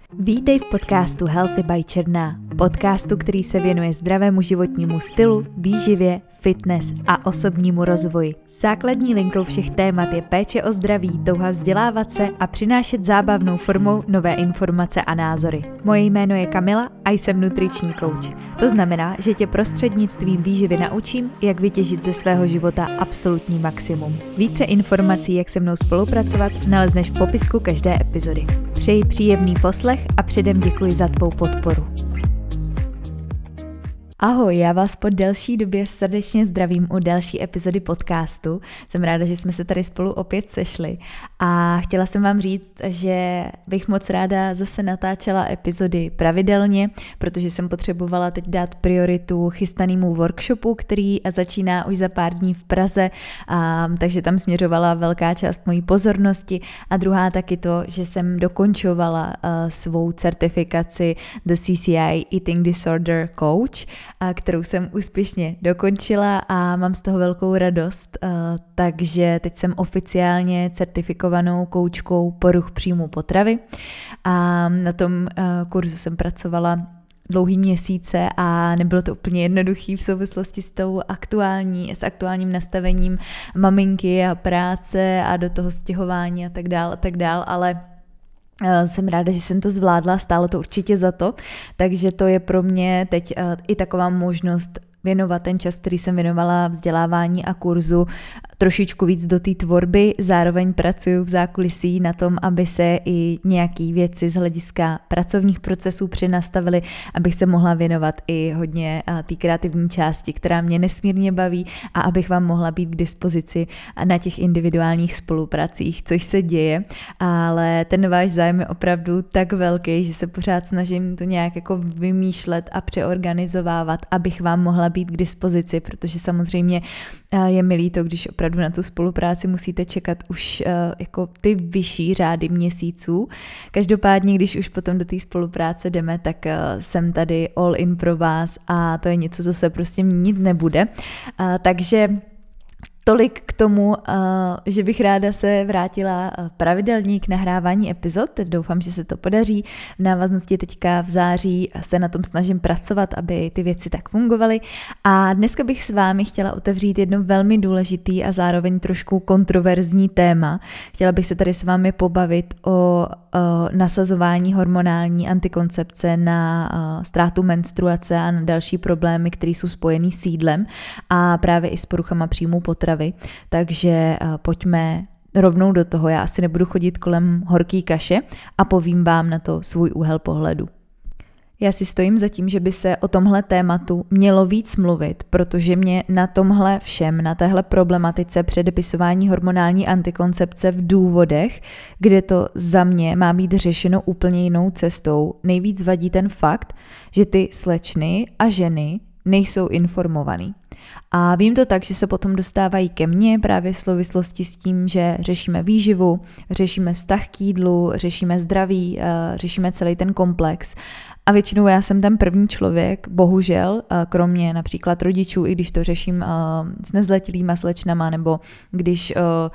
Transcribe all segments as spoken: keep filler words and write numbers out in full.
Vítej v podcastu Healthy by Černá, podcastu, který se věnuje zdravému životnímu stylu, výživě, fitness a osobnímu rozvoji. Základní linkou všech témat je péče o zdraví, touha vzdělávat se a přinášet zábavnou formou nové informace a názory. Moje jméno je Kamila a jsem nutriční coach. To znamená, že tě prostřednictvím výživy naučím, jak vytěžit ze svého života absolutní maximum. Více informací, jak se mnou spolupracovat, nalezneš v popisku každé epizody. Přeji příjemný poslech a předem děkuji za tvou podporu. Ahoj, já vás po delší době srdečně zdravím u další epizody podcastu. Jsem ráda, že jsme se tady spolu opět sešli a chtěla jsem vám říct, že bych moc ráda zase natáčela epizody pravidelně, protože jsem potřebovala teď dát prioritu chystanému workshopu, který začíná už za pár dní v Praze, a, takže tam směřovala velká část mojí pozornosti a druhá taky to, že jsem dokončovala uh, svou certifikaci The C C I Eating Disorder Coach, a kterou jsem úspěšně dokončila a mám z toho velkou radost, takže teď jsem oficiálně certifikovanou koučkou poruch příjmu potravy a na tom kurzu jsem pracovala dlouhý měsíce a nebylo to úplně jednoduchý v souvislosti s tou aktuální, s aktuálním nastavením maminky a práce a do toho stěhování a tak dál a tak dál, ale jsem ráda, že jsem to zvládla, stálo to určitě za to, takže to je pro mě teď i taková možnost věnovat ten čas, který jsem věnovala vzdělávání a kurzu, trošičku víc do té tvorby, zároveň pracuju v zákulisí na tom, aby se i nějaké věci z hlediska pracovních procesů přenastavily, abych se mohla věnovat i hodně té kreativní části, která mě nesmírně baví a abych vám mohla být k dispozici na těch individuálních spolupracích, což se děje, ale ten váš zájem je opravdu tak velký, že se pořád snažím to nějak jako vymýšlet a přeorganizovávat, abych vám mohla být k dispozici, protože samozřejmě je milý to, když opravdu na tu spolupráci musíte čekat už uh, jako ty vyšší řády měsíců. Každopádně, když už potom do té spolupráce jdeme, tak uh, jsem tady all in pro vás a to je něco, co se prostě měnit nebude. Uh, takže tolik k tomu, že bych ráda se vrátila pravidelně k nahrávání epizod. Doufám, že se to podaří. V návaznosti teďka v září se na tom snažím pracovat, aby ty věci tak fungovaly. A dneska bych s vámi chtěla otevřít jedno velmi důležitý a zároveň trošku kontroverzní téma. Chtěla bych se tady s vámi pobavit o, o nasazování hormonální antikoncepce na ztrátu menstruace a na další problémy, které jsou spojený s jídlem a právě i s poruchama příjmu potravy. Takže uh, pojďme rovnou do toho, já asi nebudu chodit kolem horký kaše a povím vám na to svůj úhel pohledu. Já si stojím za tím, že by se o tomhle tématu mělo víc mluvit, protože mě na tomhle všem, na téhle problematice předepisování hormonální antikoncepce v důvodech, kde to za mě má být řešeno úplně jinou cestou, nejvíc vadí ten fakt, že ty slečny a ženy nejsou informovaný. A vím to tak, že se potom dostávají ke mně právě v souvislosti s tím, že řešíme výživu, řešíme vztah k jídlu, řešíme zdraví, řešíme celý ten komplex. A většinou já jsem ten první člověk, bohužel, kromě například rodičů, i když to řeším s nezletilýma slečnama, nebo když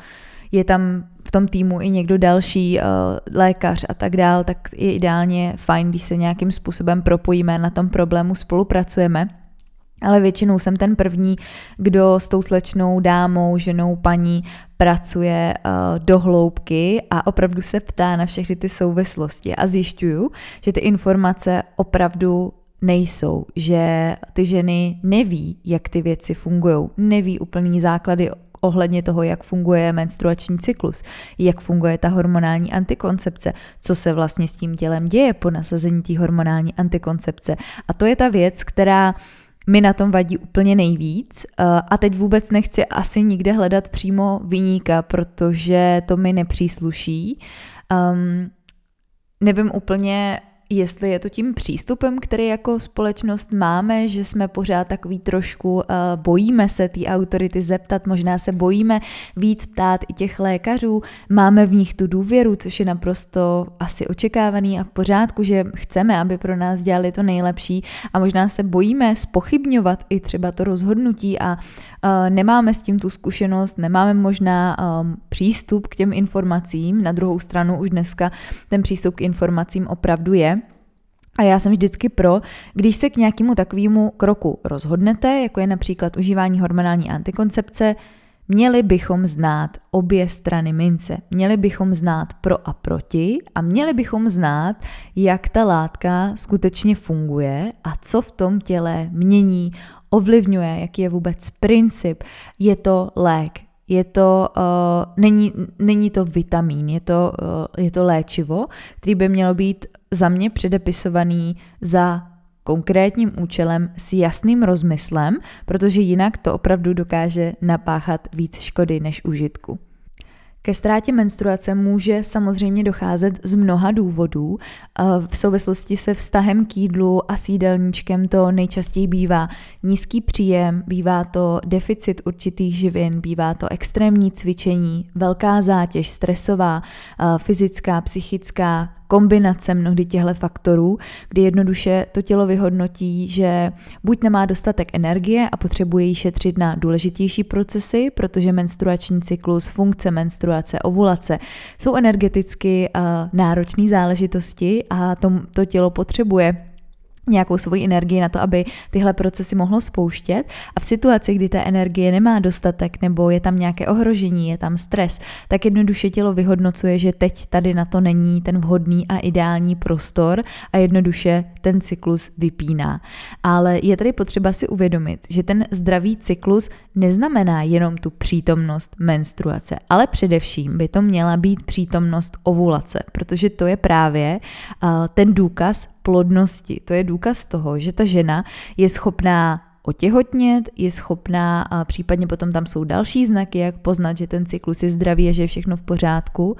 je tam v tom týmu i někdo další, lékař a tak dál, tak je ideálně fajn, když se nějakým způsobem propojíme, na tom problému spolupracujeme. Ale většinou jsem ten první, kdo s tou slečnou, dámou, ženou, paní pracuje uh, do hloubky a opravdu se ptá na všechny ty souvislosti a zjišťuju, že ty informace opravdu nejsou, že ty ženy neví, jak ty věci fungují, neví úplný základy ohledně toho, jak funguje menstruační cyklus, jak funguje ta hormonální antikoncepce, co se vlastně s tím tělem děje po nasazení té hormonální antikoncepce. A to je ta věc, která mi na tom vadí úplně nejvíc a teď vůbec nechci asi nikde hledat přímo viníka, protože to mi nepřísluší. Um, nevím úplně, jestli je to tím přístupem, který jako společnost máme, že jsme pořád takový trošku, uh, bojíme se té autority zeptat, možná se bojíme víc ptát i těch lékařů, máme v nich tu důvěru, což je naprosto asi očekávaný a v pořádku, že chceme, aby pro nás dělali to nejlepší a možná se bojíme zpochybňovat i třeba to rozhodnutí a uh, nemáme s tím tu zkušenost, nemáme možná um, přístup k těm informacím, na druhou stranu už dneska ten přístup k informacím opravdu je. A já jsem vždycky pro, když se k nějakému takovému kroku rozhodnete, jako je například užívání hormonální antikoncepce, měli bychom znát obě strany mince. Měli bychom znát pro a proti a měli bychom znát, jak ta látka skutečně funguje a co v tom těle mění, ovlivňuje, jaký je vůbec princip. Je to lék. Je to, uh, není, není to vitamín, je to, uh, je to léčivo, který by mělo být za mě předepisovaný za konkrétním účelem s jasným rozmyslem, protože jinak to opravdu dokáže napáchat víc škody než užitku. Ke ztrátě menstruace může samozřejmě docházet z mnoha důvodů. V souvislosti se vztahem k jídlu a s jídelníčkem to nejčastěji bývá nízký příjem, bývá to deficit určitých živin, bývá to extrémní cvičení, velká zátěž, stresová, fyzická, psychická, kombinace mnohdy těchto faktorů, kdy jednoduše to tělo vyhodnotí, že buď nemá dostatek energie a potřebuje ji šetřit na důležitější procesy, protože menstruační cyklus, funkce menstruace, ovulace jsou energeticky uh, náročné záležitosti a to, to tělo potřebuje nějakou svoji energii na to, aby tyhle procesy mohlo spouštět a v situaci, kdy té energie nemá dostatek nebo je tam nějaké ohrožení, je tam stres, tak jednoduše tělo vyhodnocuje, že teď tady na to není ten vhodný a ideální prostor a jednoduše ten cyklus vypíná. Ale je tady potřeba si uvědomit, že ten zdravý cyklus neznamená jenom tu přítomnost menstruace, ale především by to měla být přítomnost ovulace, protože to je právě uh, ten důkaz plodnosti. To je důkaz toho, že ta žena je schopná otěhotnět, je schopná, a případně potom tam jsou další znaky, jak poznat, že ten cyklus je zdravý a že je všechno v pořádku.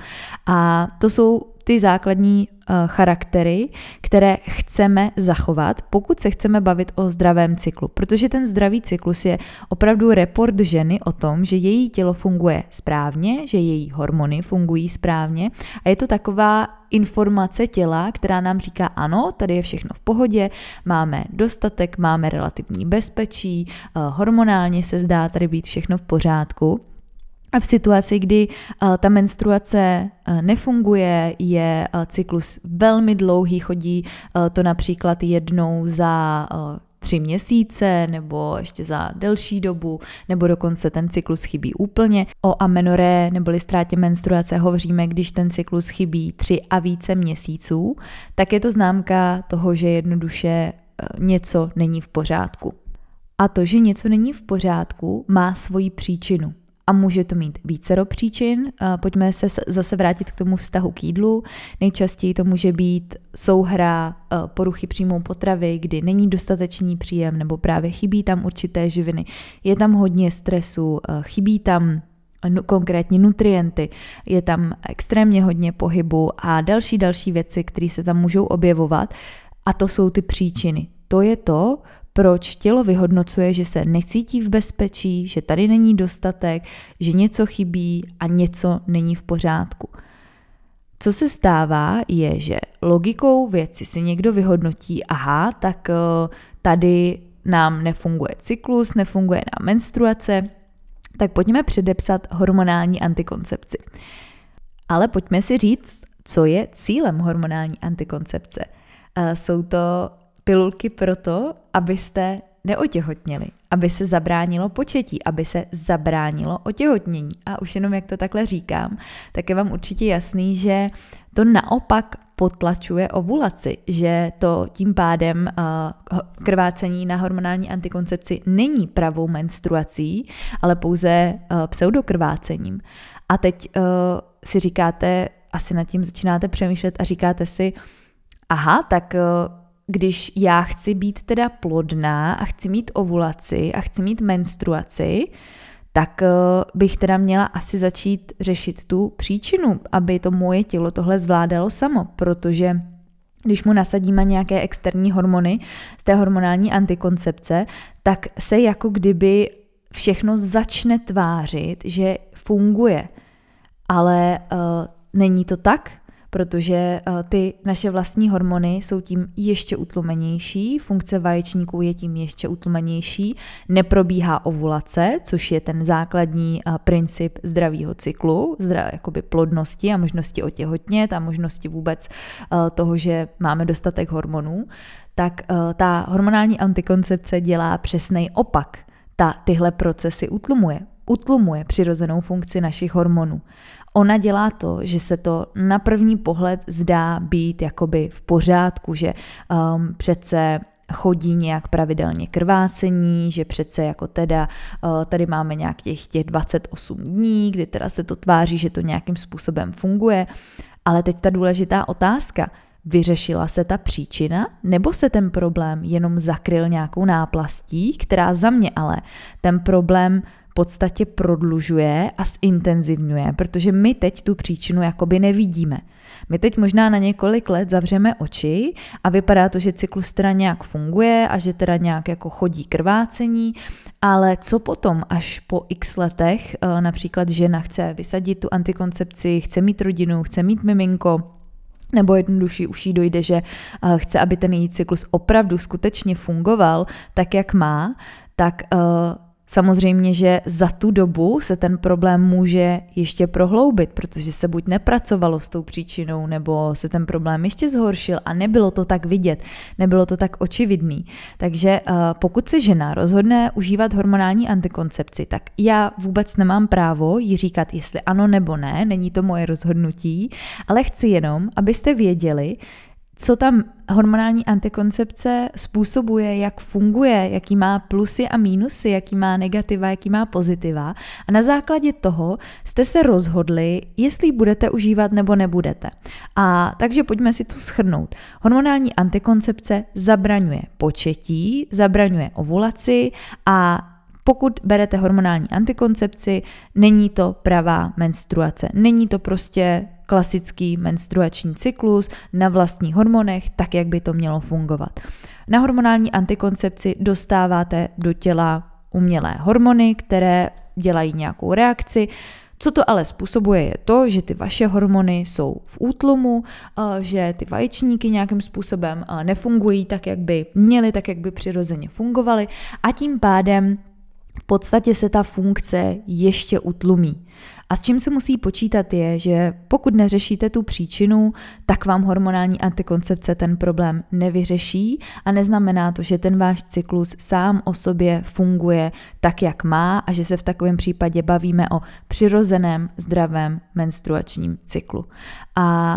A to jsou ty základní uh, charaktery, které chceme zachovat, pokud se chceme bavit o zdravém cyklu. Protože ten zdravý cyklus je opravdu report ženy o tom, že její tělo funguje správně, že její hormony fungují správně a je to taková informace těla, která nám říká ano, tady je všechno v pohodě, máme dostatek, máme relativní bezpečí, uh, hormonálně se zdá tady být všechno v pořádku. A v situaci, kdy uh, ta menstruace uh, nefunguje, je uh, cyklus velmi dlouhý, chodí uh, to například jednou za uh, tři měsíce nebo ještě za delší dobu, nebo dokonce ten cyklus chybí úplně. O amenoré neboli ztrátě menstruace hovoříme, když ten cyklus chybí tři a více měsíců, tak je to známka toho, že jednoduše uh, něco není v pořádku. A to, že něco není v pořádku, má svoji příčinu. A může to mít vícero příčin. Pojďme se zase vrátit k tomu vztahu k jídlu. Nejčastěji to může být souhra poruchy příjmu potravy, kdy není dostatečný příjem nebo právě chybí tam určité živiny. Je tam hodně stresu, chybí tam konkrétní nutrienty, je tam extrémně hodně pohybu a další další věci, které se tam můžou objevovat. A to jsou ty příčiny. To je to, proč tělo vyhodnocuje, že se necítí v bezpečí, že tady není dostatek, že něco chybí a něco není v pořádku. Co se stává, je, že logikou věci si někdo vyhodnotí, aha, tak tady nám nefunguje cyklus, nefunguje nám menstruace, tak pojďme předepsat hormonální antikoncepci. Ale pojďme si říct, co je cílem hormonální antikoncepce. Jsou to pilulky proto, abyste neotěhotněli, aby se zabránilo početí, aby se zabránilo otěhotnění. A už jenom jak to takhle říkám, tak je vám určitě jasný, že to naopak potlačuje ovulaci, že to tím pádem uh, krvácení na hormonální antikoncepci není pravou menstruací, ale pouze uh, pseudokrvácením. A teď uh, si říkáte, asi nad tím začínáte přemýšlet a říkáte si, aha, tak uh, když já chci být teda plodná a chci mít ovulaci a chci mít menstruaci, tak bych teda měla asi začít řešit tu příčinu, aby to moje tělo tohle zvládalo samo, protože když mu nasadíme nějaké externí hormony z té hormonální antikoncepce, tak se jako kdyby všechno začne tvářit, že funguje. Ale uh, není to tak, protože uh, ty naše vlastní hormony jsou tím ještě utlumenější, funkce vaječníků je tím ještě utlumenější, neprobíhá ovulace, což je ten základní uh, princip zdravého cyklu, zdra, jakoby plodnosti a možnosti otěhotnět a možnosti vůbec uh, toho, že máme dostatek hormonů, tak uh, ta hormonální antikoncepce dělá přesnej opak. Ta tyhle procesy utlumuje. Utlumuje přirozenou funkci našich hormonů. Ona dělá to, že se to na první pohled zdá být jakoby v pořádku, že um, přece chodí nějak pravidelně krvácení, že přece jako teda uh, tady máme nějak těch, těch dvacet osm dní, kdy teda se to tváří, že to nějakým způsobem funguje. Ale teď ta důležitá otázka, vyřešila se ta příčina, nebo se ten problém jenom zakryl nějakou náplastí, která za mě ale ten problém v podstatě prodlužuje a zintenzivňuje, protože my teď tu příčinu jakoby nevidíme. My teď možná na několik let zavřeme oči a vypadá to, že cyklus teda nějak funguje a že teda nějak jako chodí krvácení, ale co potom, až po x letech, například žena chce vysadit tu antikoncepci, chce mít rodinu, chce mít miminko, nebo jednodušší už jí dojde, že chce, aby ten její cyklus opravdu skutečně fungoval tak, jak má, tak uh, samozřejmě, že za tu dobu se ten problém může ještě prohloubit, protože se buď nepracovalo s tou příčinou, nebo se ten problém ještě zhoršil a nebylo to tak vidět, nebylo to tak očividný. Takže uh, pokud se žena rozhodne užívat hormonální antikoncepci, tak já vůbec nemám právo jí říkat, jestli ano nebo ne, není to moje rozhodnutí, ale chci jenom, abyste věděli, co tam hormonální antikoncepce způsobuje, jak funguje, jaký má plusy a mínusy, jaký má negativa, jaký má pozitiva. A na základě toho jste se rozhodli, jestli ji budete užívat nebo nebudete. A takže pojďme si to shrnout. Hormonální antikoncepce zabraňuje početí, zabraňuje ovulaci a pokud berete hormonální antikoncepci, není to pravá menstruace. Není to prostě klasický menstruační cyklus na vlastních hormonech, tak jak by to mělo fungovat. Na hormonální antikoncepci dostáváte do těla umělé hormony, které dělají nějakou reakci. Co to ale způsobuje je to, že ty vaše hormony jsou v útlumu, že ty vaječníky nějakým způsobem nefungují tak, jak by měly, tak, jak by přirozeně fungovaly a tím pádem v podstatě se ta funkce ještě utlumí. A s čím se musí počítat je, že pokud neřešíte tu příčinu, tak vám hormonální antikoncepce ten problém nevyřeší a neznamená to, že ten váš cyklus sám o sobě funguje tak, jak má a že se v takovém případě bavíme o přirozeném, zdravém menstruačním cyklu. A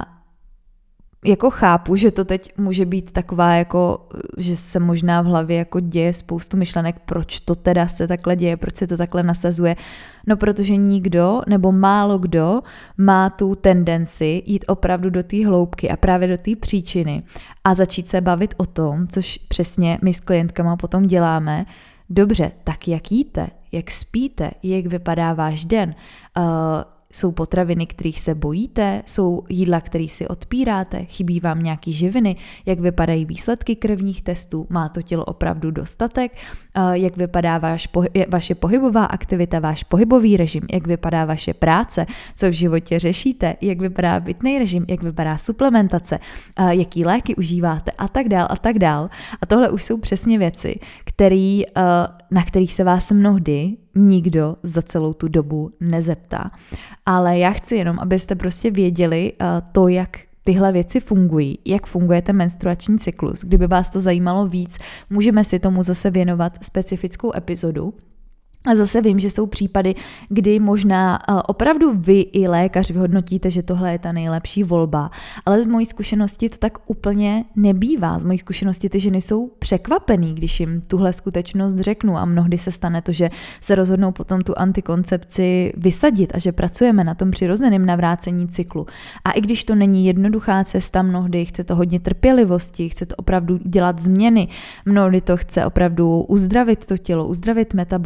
jako chápu, že to teď může být taková jako, že se možná v hlavě jako děje spoustu myšlenek, proč to teda se takhle děje, proč se to takhle nasazuje. No protože nikdo nebo málo kdo má tu tendenci jít opravdu do té hloubky a právě do té příčiny a začít se bavit o tom, což přesně my s klientkama potom děláme. Dobře, tak jak jíte, jak spíte, jak vypadá váš den, uh, jsou potraviny, kterých se bojíte, jsou jídla, které si odpíráte, chybí vám nějaký živiny, jak vypadají výsledky krevních testů, má to tělo opravdu dostatek, jak vypadá váš pohy- vaše pohybová aktivita, váš pohybový režim, jak vypadá vaše práce, co v životě řešíte, jak vypadá pitný režim, jak vypadá suplementace, jaký léky užíváte a tak dál a tak dál. A tohle už jsou přesně věci, který, na kterých se vás mnohdy nikdo za celou tu dobu nezeptá. Ale já chci jenom, abyste prostě věděli to, jak tyhle věci fungují, jak funguje ten menstruační cyklus. Kdyby vás to zajímalo víc, můžeme si tomu zase věnovat specifickou epizodu. A zase vím, že jsou případy, kdy možná opravdu vy i lékař vyhodnotíte, že tohle je ta nejlepší volba, ale z mojí zkušenosti to tak úplně nebývá. Z mojí zkušenosti ty ženy jsou překvapený, když jim tuhle skutečnost řeknu a mnohdy se stane to, že se rozhodnou potom tu antikoncepci vysadit a že pracujeme na tom přirozeném navrácení cyklu. A i když to není jednoduchá cesta, mnohdy chce to hodně trpělivosti, chce to opravdu dělat změny, mnohdy to chce opravdu uzdravit to tělo, uzdravit metabolismus,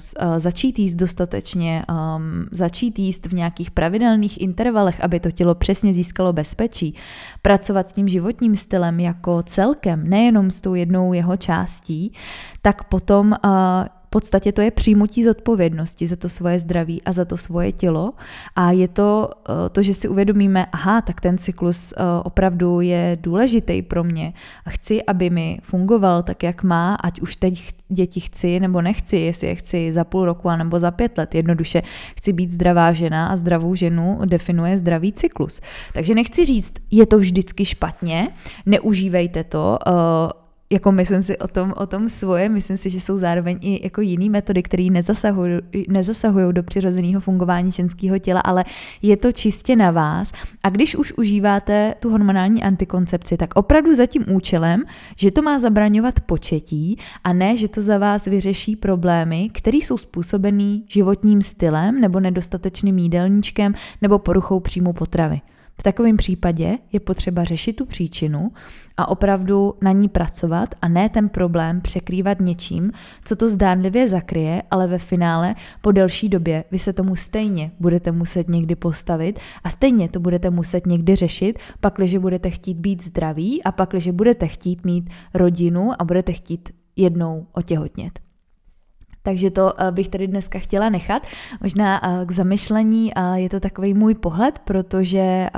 cyklus, začít jíst dostatečně, začít jíst v nějakých pravidelných intervalech, aby to tělo přesně získalo bezpečí, pracovat s tím životním stylem jako celkem, nejenom s tou jednou jeho částí, tak potom v podstatě to je přijmutí zodpovědnosti za to svoje zdraví a za to svoje tělo a je to to, že si uvědomíme, aha, tak ten cyklus opravdu je důležitý pro mě a chci, aby mi fungoval tak, jak má, ať už teď děti chci nebo nechci, jestli je chci za půl roku nebo za pět let. Jednoduše chci být zdravá žena a zdravou ženu definuje zdravý cyklus. Takže nechci říct, je to vždycky špatně, neužívejte to, jako myslím si o tom, o tom svoje, myslím si, že jsou zároveň i jako jiný metody, které nezasahují, nezasahují do přirozeného fungování ženského těla, ale je to čistě na vás. A když už užíváte tu hormonální antikoncepci, tak opravdu za tím účelem, že to má zabraňovat početí a ne, že to za vás vyřeší problémy, které jsou způsobený životním stylem nebo nedostatečným jídelníčkem nebo poruchou příjmu potravy. V takovém případě je potřeba řešit tu příčinu a opravdu na ní pracovat a ne ten problém překrývat něčím, co to zdánlivě zakryje, ale ve finále po delší době vy se tomu stejně budete muset někdy postavit a stejně to budete muset někdy řešit, pakliže budete chtít být zdraví a pakliže budete chtít mít rodinu a budete chtít jednou otěhotnět. Takže to bych tady dneska chtěla nechat. Možná k zamyšlení je to takový můj pohled, protože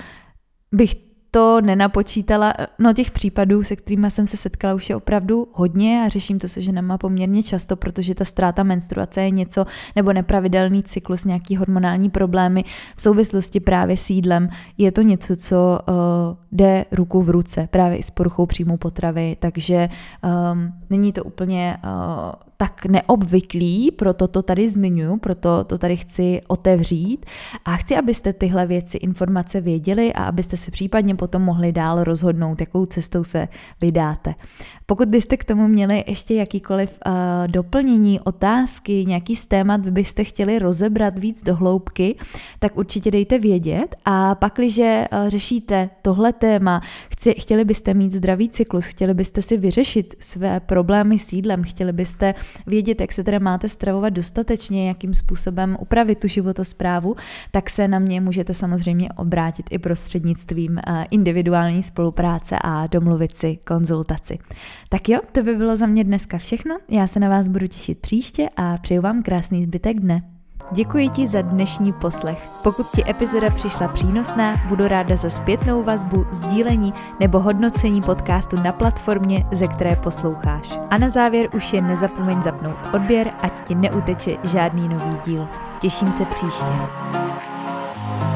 bych to nenapočítala, no těch případů, se kterými jsem se setkala, už je opravdu hodně a řeším to se ženama poměrně často, protože ta ztráta menstruace je něco, nebo nepravidelný cyklus, nějaký hormonální problémy v souvislosti právě s jídlem, je to něco, co uh, jde ruku v ruce, právě i s poruchou příjmu potravy, takže um, není to úplně uh, tak neobvyklý, proto to tady zmiňuji, proto to tady chci otevřít a chci, abyste tyhle věci, informace věděli a abyste se případně potom mohli dál rozhodnout, jakou cestou se vydáte. Pokud byste k tomu měli ještě jakýkoliv uh, doplnění, otázky, nějaký z témat byste chtěli rozebrat víc do hloubky, tak určitě dejte vědět a pakliže uh, řešíte tohle téma, chci, chtěli byste mít zdravý cyklus, chtěli byste si vyřešit své problémy s jídlem, chtěli byste vědět, jak se teda máte stravovat dostatečně, jakým způsobem upravit tu životosprávu, tak se na mě můžete samozřejmě obrátit i prostřednictvím uh, individuální spolupráce a domluvit si konzultaci. Tak jo, to by bylo za mě dneska všechno, já se na vás budu těšit příště a přeju vám krásný zbytek dne. Děkuji ti za dnešní poslech. Pokud ti epizoda přišla přínosná, budu ráda za zpětnou vazbu, sdílení nebo hodnocení podcastu na platformě, ze které posloucháš. A na závěr už jen nezapomeň zapnout odběr, ať ti neuteče žádný nový díl. Těším se příště.